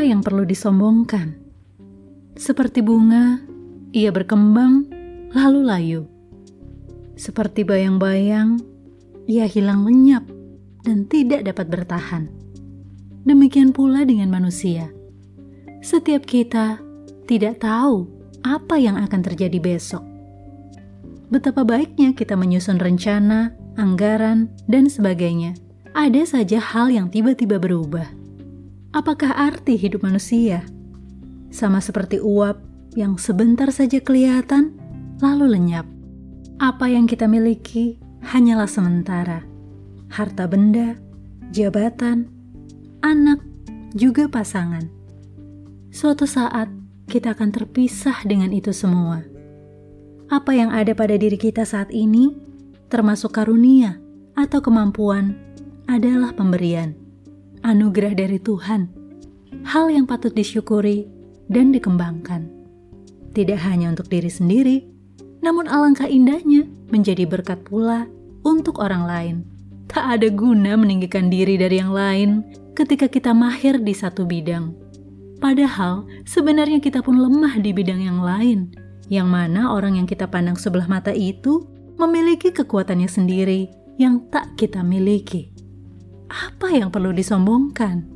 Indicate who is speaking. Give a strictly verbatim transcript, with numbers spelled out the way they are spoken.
Speaker 1: Apa yang perlu disombongkan? Seperti bunga, ia berkembang lalu layu. Seperti bayang-bayang, ia hilang lenyap dan tidak dapat bertahan. Demikian pula dengan manusia. Setiap kita tidak tahu apa yang akan terjadi besok. Betapa baiknya kita menyusun rencana, anggaran, dan sebagainya. Ada saja hal yang tiba-tiba berubah. Apakah arti hidup manusia? Sama seperti uap yang sebentar saja kelihatan, lalu lenyap. Apa yang kita miliki hanyalah sementara. Harta benda, jabatan, anak, juga pasangan. Suatu saat kita akan terpisah dengan itu semua. Apa yang ada pada diri kita saat ini, termasuk karunia atau kemampuan, adalah pemberian, anugerah dari Tuhan, hal yang patut disyukuri dan dikembangkan. Tidak hanya untuk diri sendiri, namun alangkah indahnya menjadi berkat pula untuk orang lain. Tak ada guna meninggikan diri dari yang lain ketika kita mahir di satu bidang. Padahal sebenarnya kita pun lemah di bidang yang lain, yang mana orang yang kita pandang sebelah mata itu memiliki kekuatannya sendiri yang tak kita miliki. Apa yang perlu disombongkan?